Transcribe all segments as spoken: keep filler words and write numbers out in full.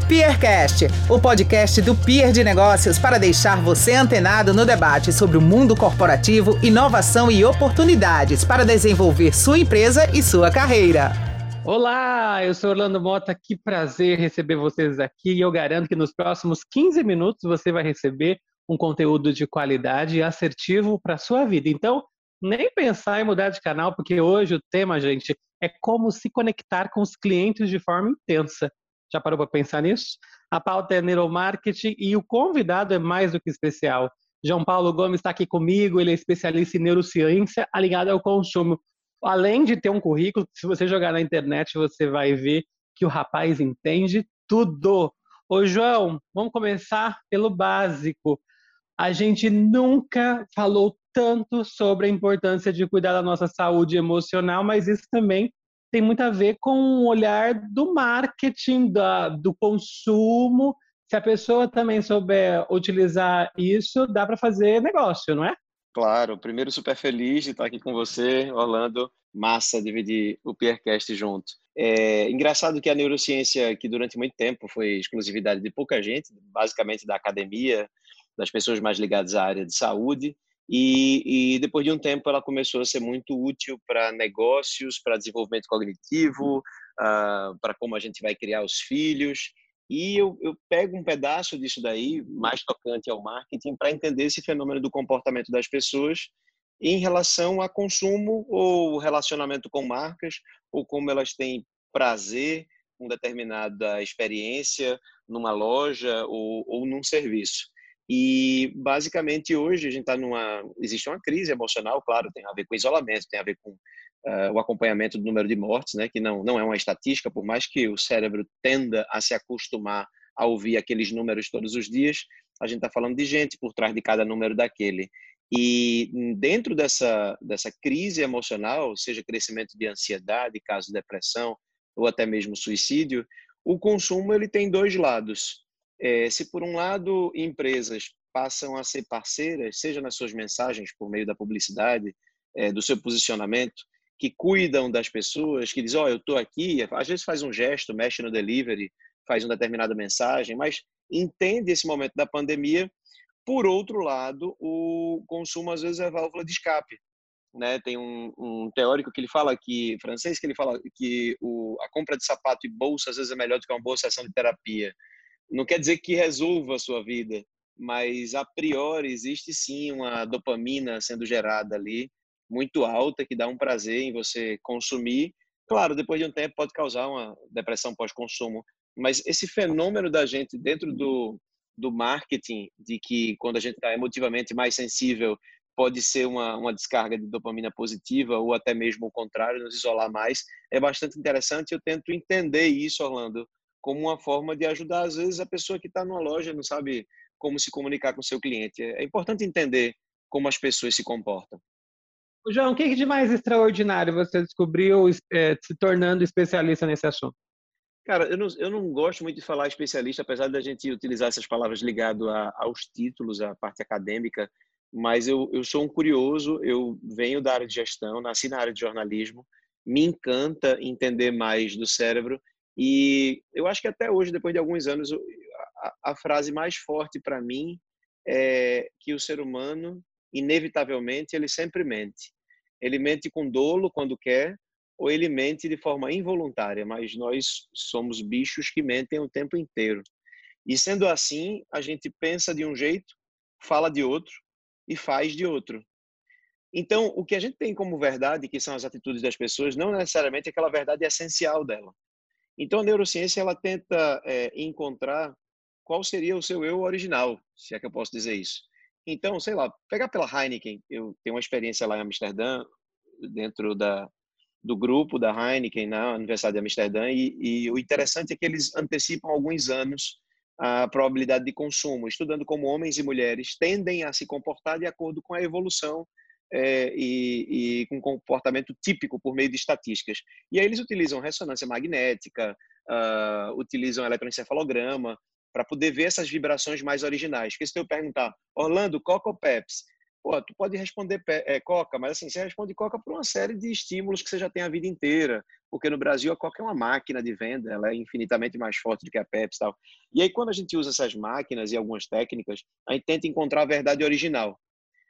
PeerCast, o podcast do Peer de Negócios para deixar você antenado no debate sobre o mundo corporativo, inovação e oportunidades para desenvolver sua empresa e sua carreira. Olá, eu sou Orlando Mota, que prazer receber vocês aqui e eu garanto que nos próximos quinze minutos você vai receber um conteúdo de qualidade e assertivo para a sua vida. Então, nem pensar em mudar de canal, porque hoje o tema, gente, é como se conectar com os clientes de forma intensa. Já parou para pensar nisso? A pauta é neuromarketing e o convidado é mais do que especial. João Paulo Gomes está aqui comigo, ele é especialista em neurociência alinhada ao consumo. Além de ter um currículo, se você jogar na internet, você vai ver que o rapaz entende tudo. Ô João, vamos começar pelo básico. A gente nunca falou tanto sobre a importância de cuidar da nossa saúde emocional, mas isso também tem muito a ver com o olhar do marketing, da, do consumo. Se a pessoa também souber utilizar isso, dá para fazer negócio, não é? Claro, primeiro super feliz de estar aqui com você, Orlando. Massa dividir o PeerCast junto. É engraçado que a neurociência, que durante muito tempo foi exclusividade de pouca gente, basicamente da academia, das pessoas mais ligadas à área de saúde, e, e depois de um tempo ela começou a ser muito útil para negócios, para desenvolvimento cognitivo, uh, para como a gente vai criar os filhos. E eu, eu pego um pedaço disso daí, mais tocante ao marketing, para entender esse fenômeno do comportamento das pessoas em relação a consumo ou relacionamento com marcas, ou como elas têm prazer com determinada experiência numa loja ou, ou num serviço. E, basicamente, hoje a gente está numa... Existe uma crise emocional, claro, tem a ver com isolamento, tem a ver com uh, o acompanhamento do número de mortes, né, que não, não é uma estatística, por mais que o cérebro tenda a se acostumar a ouvir aqueles números todos os dias, a gente está falando de gente por trás de cada número daquele. E dentro dessa, dessa crise emocional, seja crescimento de ansiedade, caso de depressão, ou até mesmo suicídio, o consumo ele tem dois lados. É, se por um lado empresas passam a ser parceiras, seja nas suas mensagens por meio da publicidade, é, do seu posicionamento, que cuidam das pessoas, que dizem, ó, oh, eu estou aqui, às vezes faz um gesto, mexe no delivery, faz uma determinada mensagem, mas entende esse momento da pandemia. Por outro lado, o consumo às vezes é válvula de escape. Né? Tem um, um teórico que ele fala que, francês, que ele fala que o, a compra de sapato e bolsa às vezes é melhor do que uma boa sessão de terapia. Não quer dizer que resolva a sua vida, mas a priori existe sim uma dopamina sendo gerada ali, muito alta, que dá um prazer em você consumir. Claro, depois de um tempo pode causar uma depressão pós-consumo, mas esse fenômeno da gente dentro do, do marketing, de que quando a gente está emotivamente mais sensível, pode ser uma, uma descarga de dopamina positiva ou até mesmo o contrário, nos isolar mais, é bastante interessante. Eu tento entender isso, Orlando, como uma forma de ajudar, às vezes, a pessoa que está numa loja não sabe como se comunicar com o seu cliente. É importante entender como as pessoas se comportam. João, o que de mais extraordinário você descobriu é, se tornando especialista nesse assunto? Cara, eu não, eu não gosto muito de falar especialista, apesar da gente utilizar essas palavras ligado a, aos títulos, à parte acadêmica, mas eu, eu sou um curioso, eu venho da área de gestão, nasci na área de jornalismo, me encanta entender mais do cérebro. E eu acho que até hoje, depois de alguns anos, a, a frase mais forte para mim é que o ser humano, inevitavelmente, ele sempre mente. Ele mente com dolo quando quer, ou ele mente de forma involuntária, mas nós somos bichos que mentem o tempo inteiro. E sendo assim, a gente pensa de um jeito, fala de outro e faz de outro. Então, o que a gente tem como verdade, que são as atitudes das pessoas, não necessariamente aquela verdade essencial dela. Então, a neurociência ela tenta é, encontrar qual seria o seu eu original, se é que eu posso dizer isso. Então, sei lá, pegar pela Heineken, eu tenho uma experiência lá em Amsterdã, dentro da, do grupo da Heineken na Universidade de Amsterdã, e, e o interessante é que eles antecipam alguns anos a probabilidade de consumo, estudando como homens e mulheres tendem a se comportar de acordo com a evolução É, e, e com comportamento típico por meio de estatísticas. E aí eles utilizam ressonância magnética, uh, utilizam eletroencefalograma para poder ver essas vibrações mais originais. Porque se eu perguntar, Orlando, Coca ou Pepsi? pô, tu pode responder é, Coca, mas assim, você responde Coca por uma série de estímulos que você já tem a vida inteira, porque no Brasil a Coca é uma máquina de venda, ela é infinitamente mais forte do que a Pepsi e tal. E aí quando a gente usa essas máquinas e algumas técnicas, a gente tenta encontrar a verdade original.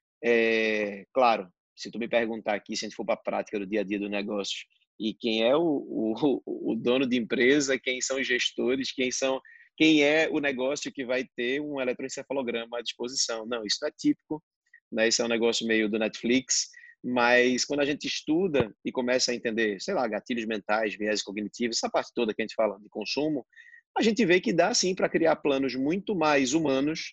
É, claro, se tu me perguntar aqui, se a gente for para a prática do dia a dia do negócio, e quem é o, o, o dono de empresa, quem são os gestores, quem são, quem é o negócio que vai ter um eletroencefalograma à disposição. Não, isso não é típico, né? Isso é um negócio meio do Netflix, mas quando a gente estuda e começa a entender, sei lá, gatilhos mentais, viés cognitivos, essa parte toda que a gente fala de consumo, a gente vê que dá sim para criar planos muito mais humanos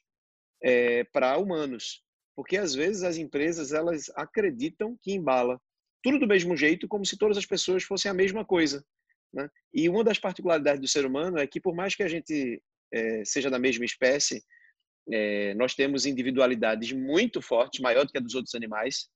é, para humanos. Porque às vezes as empresas elas acreditam que embala tudo do mesmo jeito, como se todas as pessoas fossem a mesma coisa, né? E uma das particularidades do ser humano é que por mais que a gente é, seja da mesma espécie, é, nós temos individualidades muito fortes, maior do que a dos outros animais,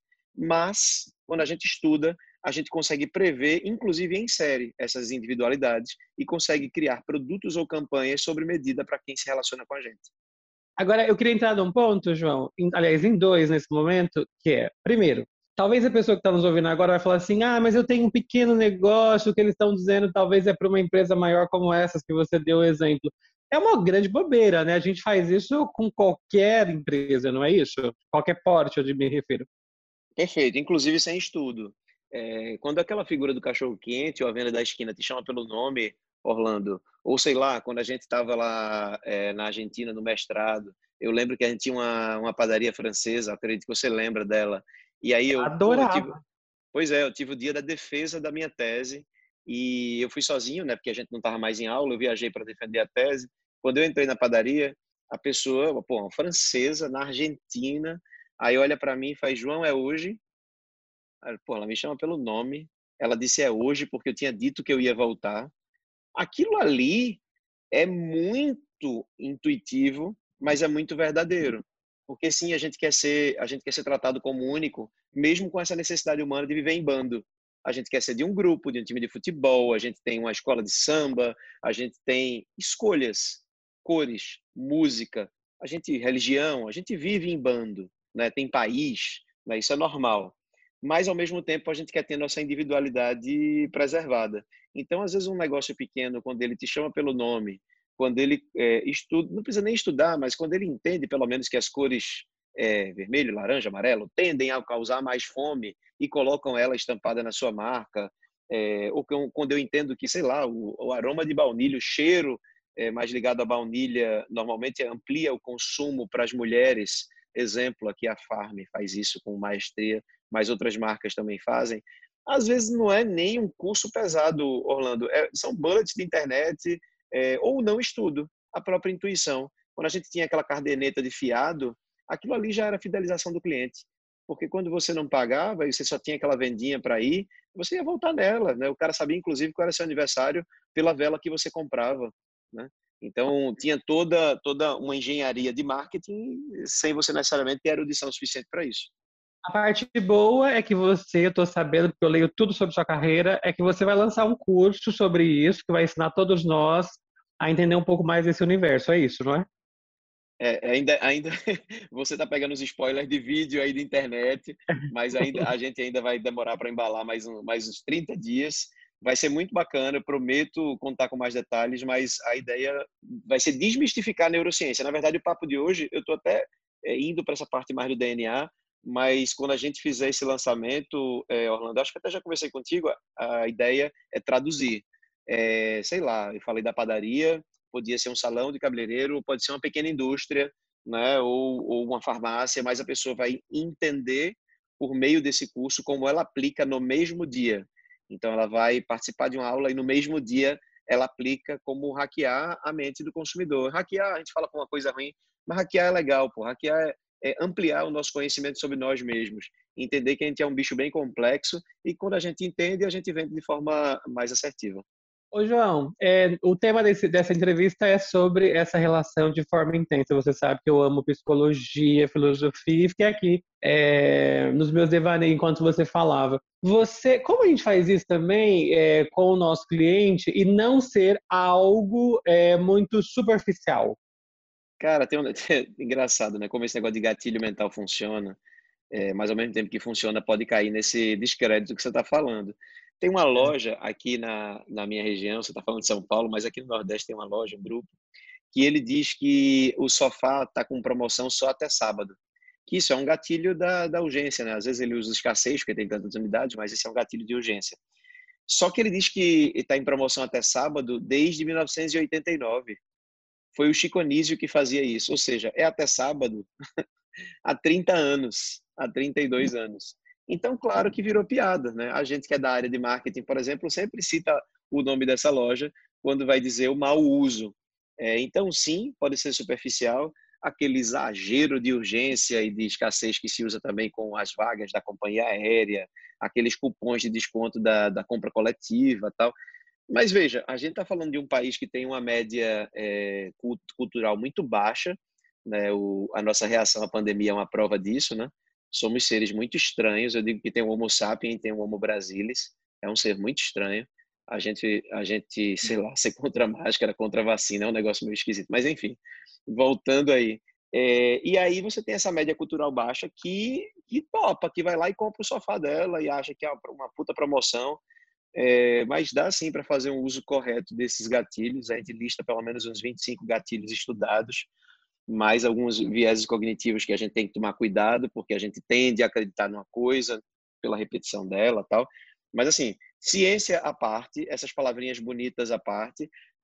mas quando a gente estuda, a gente consegue prever, inclusive em série, essas individualidades e consegue criar produtos ou campanhas sobre medida para quem se relaciona com a gente. Agora, eu queria entrar num ponto, João, em, aliás, em dois nesse momento, que é, primeiro, talvez a pessoa que está nos ouvindo agora vai falar assim, ah, mas eu tenho um pequeno negócio, o que eles estão dizendo talvez é para uma empresa maior como essas que você deu o exemplo. É uma grande bobeira, né? A gente faz isso com qualquer empresa, não é isso? Qualquer porte, eu me refiro. Perfeito, inclusive sem estudo. É, quando aquela figura do cachorro-quente ou a venda da esquina te chama pelo nome, Orlando, ou sei lá, quando a gente estava lá é, na Argentina no mestrado, eu lembro que a gente tinha uma, uma padaria francesa, acredito que você lembra dela, e aí eu, pô, eu tive, Adorava. pois é, eu tive o dia da defesa da minha tese e eu fui sozinho, né, porque a gente não estava mais em aula, eu viajei para defender a tese. Quando eu entrei na padaria, a pessoa, pô, uma francesa na Argentina, aí olha para mim e faz, João, é hoje? Aí, pô, ela me chama pelo nome, ela disse é hoje porque eu tinha dito que eu ia voltar. Aquilo ali é muito intuitivo, mas é muito verdadeiro. Porque sim, a gente quer ser, a gente quer ser tratado como único, mesmo com essa necessidade humana de viver em bando. A gente quer ser de um grupo, de um time de futebol, a gente tem uma escola de samba, a gente tem escolhas, cores, música, a gente religião, a gente vive em bando, né? Tem país, né? Isso é normal. Mas ao mesmo tempo a gente quer ter nossa individualidade preservada. Então, às vezes um negócio pequeno, quando ele te chama pelo nome, quando ele é, estuda, não precisa nem estudar, mas quando ele entende pelo menos que as cores é, vermelho, laranja, amarelo tendem a causar mais fome e colocam ela estampada na sua marca, é, ou quando eu entendo que, sei lá, o, o aroma de baunilha, o cheiro é, mais ligado à baunilha, normalmente amplia o consumo para as mulheres. Exemplo, aqui a Farm faz isso com maestria, mas outras marcas também fazem. Às vezes não é nem um curso pesado, Orlando, é, são bullets de internet, é, ou não estudo, a própria intuição. Quando a gente tinha aquela caderneta de fiado, aquilo ali já era fidelização do cliente. Porque quando você não pagava e você só tinha aquela vendinha para ir, você ia voltar nela, né? O cara sabia, inclusive, qual era seu aniversário pela vela que você comprava, né? Então, tinha toda, toda uma engenharia de marketing sem você necessariamente ter erudição suficiente para isso. A parte boa é que você, eu estou sabendo, porque eu leio tudo sobre sua carreira, é que você vai lançar um curso sobre isso, que vai ensinar todos nós a entender um pouco mais desse universo. É isso, não é? É, ainda, ainda você está pegando os spoilers de vídeo aí de internet, mas ainda a gente ainda vai demorar para embalar mais, um, mais uns trinta dias. Vai ser muito bacana, eu prometo contar com mais detalhes, mas a ideia vai ser desmistificar a neurociência. Na verdade, o papo de hoje, eu estou até é, indo para essa parte mais do D N A, mas quando a gente fizer esse lançamento, é, Orlando, acho que até já conversei contigo, a, a ideia é traduzir. É, sei lá, eu falei da padaria, podia ser um salão de cabeleireiro, pode ser uma pequena indústria, né, ou, ou uma farmácia, mas a pessoa vai entender por meio desse curso como ela aplica no mesmo dia. Então, ela vai participar de uma aula e no mesmo dia ela aplica como hackear a mente do consumidor. Hackear, a gente fala com uma coisa ruim, mas hackear é legal, pô. Hackear é, é ampliar o nosso conhecimento sobre nós mesmos. Entender que a gente é um bicho bem complexo e quando a gente entende, a gente vende de forma mais assertiva. Ô, João, é, o tema desse, dessa entrevista é sobre essa relação de forma intensa. Você sabe que eu amo psicologia, filosofia, e fiquei aqui é, nos meus devaneios enquanto você falava. Você, como a gente faz isso também é, com o nosso cliente e não ser algo é, muito superficial? Cara, tem um... engraçado, né? Como esse negócio de gatilho mental funciona. é, mas ao mesmo tempo que funciona, pode cair nesse descrédito que você está falando. Tem uma loja aqui na, na minha região, você está falando de São Paulo, mas aqui no Nordeste tem uma loja, um grupo, que ele diz que o sofá está com promoção só até sábado. Que isso é um gatilho da, da urgência, né? Às vezes ele usa escassez, porque tem tantas unidades, mas esse é um gatilho de urgência. Só que ele diz que está em promoção até sábado desde mil novecentos e oitenta e nove. Foi o Chico Anísio que fazia isso, ou seja, é até sábado há trinta anos, há trinta e dois anos. Então, claro que virou piada, né? A gente que é da área de marketing, por exemplo, sempre cita o nome dessa loja quando vai dizer o mau uso. É, então, sim, pode ser superficial, aquele exagero de urgência e de escassez que se usa também com as vagas da companhia aérea, aqueles cupons de desconto da, da compra coletiva e tal. Mas veja, a gente está falando de um país que tem uma média é, cultural muito baixa, né? O, a nossa reação à pandemia é uma prova disso, né? Somos seres muito estranhos. Eu digo que tem o Homo sapiens e tem o Homo brasilis. É um ser muito estranho. A gente, a gente, sei lá, ser contra a máscara, contra a vacina, é um negócio meio esquisito. Mas, enfim, voltando aí. É, e aí você tem essa média cultural baixa que, que topa, que vai lá e compra o sofá dela e acha que é uma puta promoção. É, mas dá sim para fazer um uso correto desses gatilhos. A gente lista pelo menos uns vinte e cinco gatilhos estudados, mais alguns vieses cognitivos que a gente tem que tomar cuidado, porque a gente tende a acreditar numa coisa pela repetição dela, tal. Mas assim, ciência à parte, essas palavrinhas bonitas à parte,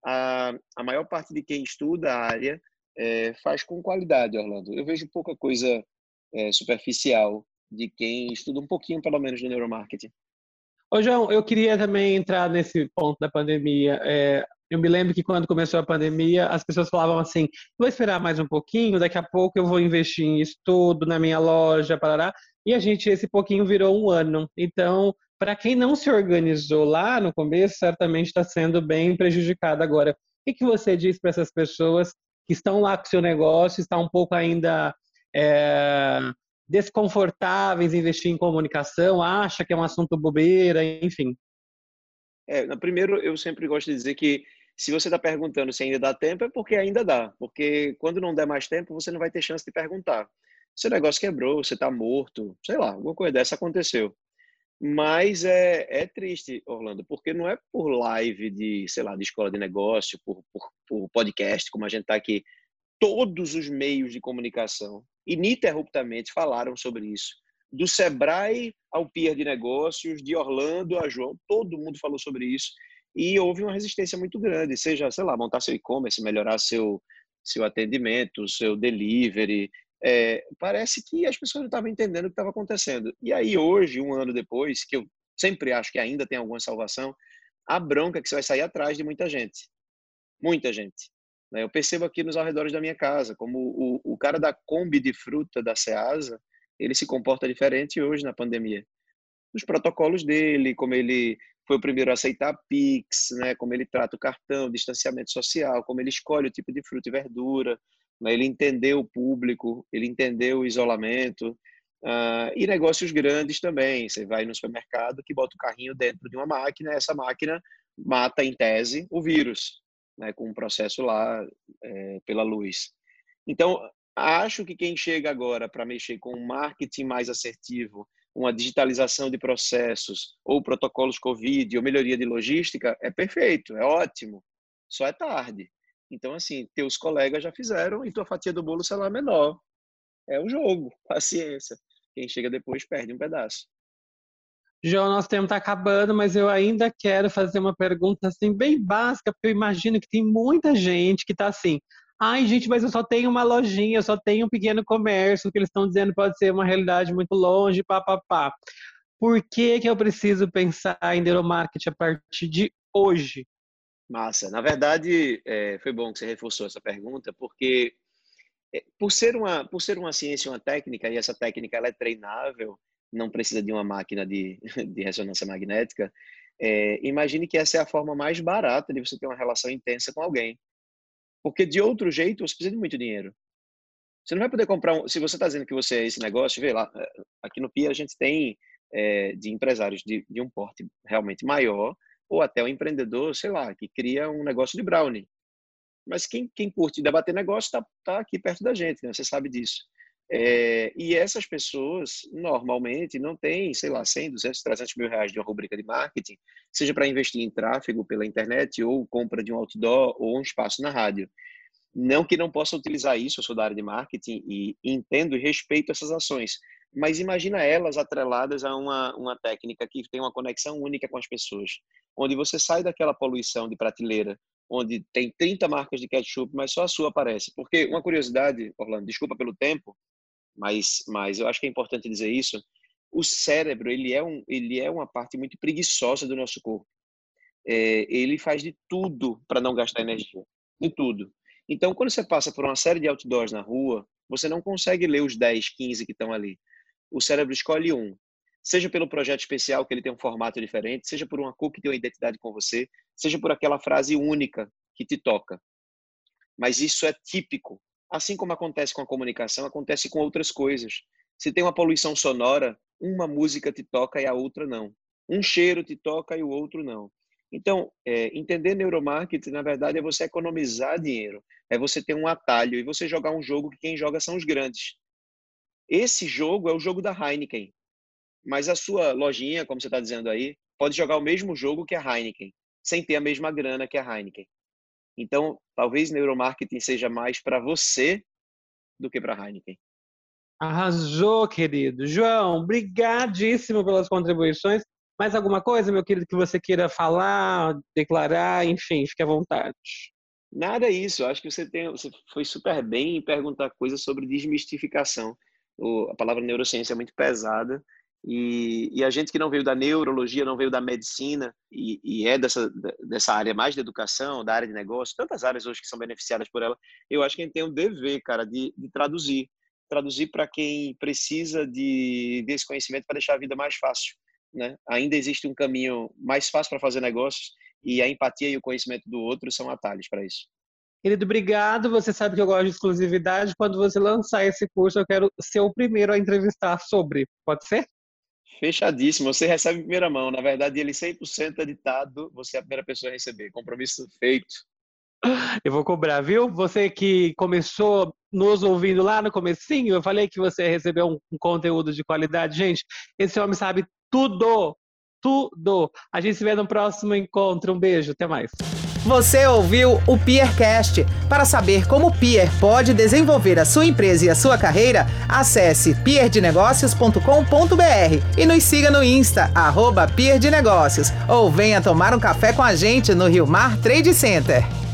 a, a maior parte de quem estuda a área é, faz com qualidade, Orlando. Eu vejo pouca coisa é, superficial de quem estuda um pouquinho, pelo menos, no neuromarketing. Ô, João, eu queria também entrar nesse ponto da pandemia. É, eu me lembro que quando começou a pandemia, as pessoas falavam assim, vou esperar mais um pouquinho, daqui a pouco eu vou investir em estudo na minha loja, parará. E a gente, esse pouquinho virou um ano. Então, para quem não se organizou lá no começo, certamente está sendo bem prejudicado agora. O que, que você diz para essas pessoas que estão lá com o seu negócio, está um pouco ainda... É, desconfortáveis em investir em comunicação, acha que é um assunto bobeira, enfim? É, primeiro, eu sempre gosto de dizer que se você está perguntando se ainda dá tempo, é porque ainda dá. Porque quando não der mais tempo, você não vai ter chance de perguntar. Seu negócio quebrou, você está morto, sei lá, alguma coisa dessa aconteceu. Mas é, é triste, Orlando, porque não é por live de, sei lá, de escola de negócio, por, por, por podcast, como a gente está aqui. Todos os meios de comunicação, ininterruptamente, falaram sobre isso. Do Sebrae ao Pier de Negócios, de Orlando a João, todo mundo falou sobre isso. E houve uma resistência muito grande, seja, sei lá, montar seu e-commerce, melhorar seu, seu atendimento, seu delivery. É, parece que as pessoas não estavam entendendo o que estava acontecendo. E aí hoje, um ano depois, que eu sempre acho que ainda tem alguma salvação, a bronca que você vai sair atrás de muita gente. Muita gente. Eu percebo aqui nos arredores da minha casa, como o, o cara da Kombi de fruta da Ceasa, ele se comporta diferente hoje na pandemia. Os protocolos dele, como ele foi o primeiro a aceitar Pix, né, como ele trata o cartão, distanciamento social, como ele escolhe o tipo de fruta e verdura, né, ele entendeu o público, ele entendeu o isolamento, uh, e negócios grandes também. Você vai no supermercado que bota o carrinho dentro de uma máquina, essa máquina mata, em tese, o vírus, né, com um processo lá é, pela luz. Então, acho que quem chega agora para mexer com um marketing mais assertivo, uma digitalização de processos, ou protocolos Covid, ou melhoria de logística, é perfeito, é ótimo. Só é tarde. Então, assim, teus colegas já fizeram e tua fatia do bolo será menor. É o jogo, paciência. Quem chega depois perde um pedaço. João, nosso tempo está acabando, mas eu ainda quero fazer uma pergunta assim bem básica, porque eu imagino que tem muita gente que está assim, ai gente, mas eu só tenho uma lojinha, eu só tenho um pequeno comércio, o que eles estão dizendo pode ser uma realidade muito longe, pá, pá, pá. Por que que eu preciso pensar em neuromarketing a partir de hoje? Massa. Na verdade, é, foi bom que você reforçou essa pergunta, porque é, por ser uma, por ser uma ciência, uma técnica, e essa técnica ela é treinável, não precisa de uma máquina de, de ressonância magnética, é, imagine que essa é a forma mais barata de você ter uma relação intensa com alguém. Porque de outro jeito, você precisa de muito dinheiro. Você não vai poder comprar um... Se você está dizendo que você é esse negócio, vê lá, aqui no P I A a gente tem é, de empresários de, de um porte realmente maior, ou até um empreendedor, sei lá, que cria um negócio de brownie. Mas quem, quem curte debater negócio está tá aqui perto da gente, né? Você sabe disso. É, e essas pessoas, normalmente, não têm, sei lá, cem, duzentos, trezentos mil reais de uma rubrica de marketing, seja para investir em tráfego pela internet, ou compra de um outdoor, ou um espaço na rádio. Não que não possa utilizar isso, eu sou da área de marketing e entendo e respeito essas ações, mas imagina elas atreladas a uma, uma técnica que tem uma conexão única com as pessoas, onde você sai daquela poluição de prateleira, onde tem trinta marcas de ketchup, mas só a sua aparece. Porque uma curiosidade, Orlando, desculpa pelo tempo, mas, mas eu acho que é importante dizer isso, o cérebro, ele é, um, ele é uma parte muito preguiçosa do nosso corpo. É, ele faz de tudo para não gastar energia, de tudo. Então, quando você passa por uma série de outdoors na rua, você não consegue ler os dez, quinze que estão ali. O cérebro escolhe um, seja pelo projeto especial, que ele tem um formato diferente, seja por uma cor que tem uma identidade com você, seja por aquela frase única que te toca. Mas isso é típico. Assim como acontece com a comunicação, acontece com outras coisas. Se tem uma poluição sonora, uma música te toca e a outra não. Um cheiro te toca e o outro não. Então, é, entender neuromarketing, na verdade, é você economizar dinheiro. É você ter um atalho e você jogar um jogo que quem joga são os grandes. Esse jogo é o jogo da Heineken. Mas a sua lojinha, como você está dizendo aí, pode jogar o mesmo jogo que a Heineken, sem ter a mesma grana que a Heineken. Então, talvez neuromarketing seja mais para você do que para a Heineken. Arrasou, querido. João, brigadíssimo pelas contribuições. Mais alguma coisa, meu querido, que você queira falar, declarar, enfim, fique à vontade. Nada isso. Eu acho que você, tem, você foi super bem em perguntar coisas sobre desmistificação. O, a palavra neurociência é muito pesada. E, e a gente que não veio da neurologia, não veio da medicina e, e é dessa, dessa área mais de educação, da área de negócio, tantas áreas hoje que são beneficiadas por ela, eu acho que a gente tem o dever, cara, de, de traduzir. Traduzir para quem precisa de, desse conhecimento para deixar a vida mais fácil, né? Ainda existe um caminho mais fácil para fazer negócios e a empatia e o conhecimento do outro são atalhos para isso. Querido, obrigado. Você sabe que eu gosto de exclusividade. Quando você lançar esse curso, eu quero ser o primeiro a entrevistar sobre. Pode ser? Fechadíssimo, você recebe em primeira mão. Na verdade, ele cem por cento editado, você é a primeira pessoa a receber. Compromisso feito. Eu vou cobrar, viu? Você que começou nos ouvindo lá no comecinho, eu falei que você recebeu um, um conteúdo de qualidade. Gente, esse homem sabe tudo, tudo. A gente se vê no próximo encontro. Um beijo, até mais. Você ouviu o PeerCast. Para saber como o Peer pode desenvolver a sua empresa e a sua carreira, acesse peer de negócios ponto com ponto b r e nos siga no Insta, arroba Peer de Negócios, ou venha tomar um café com a gente no Rio Mar Trade Center.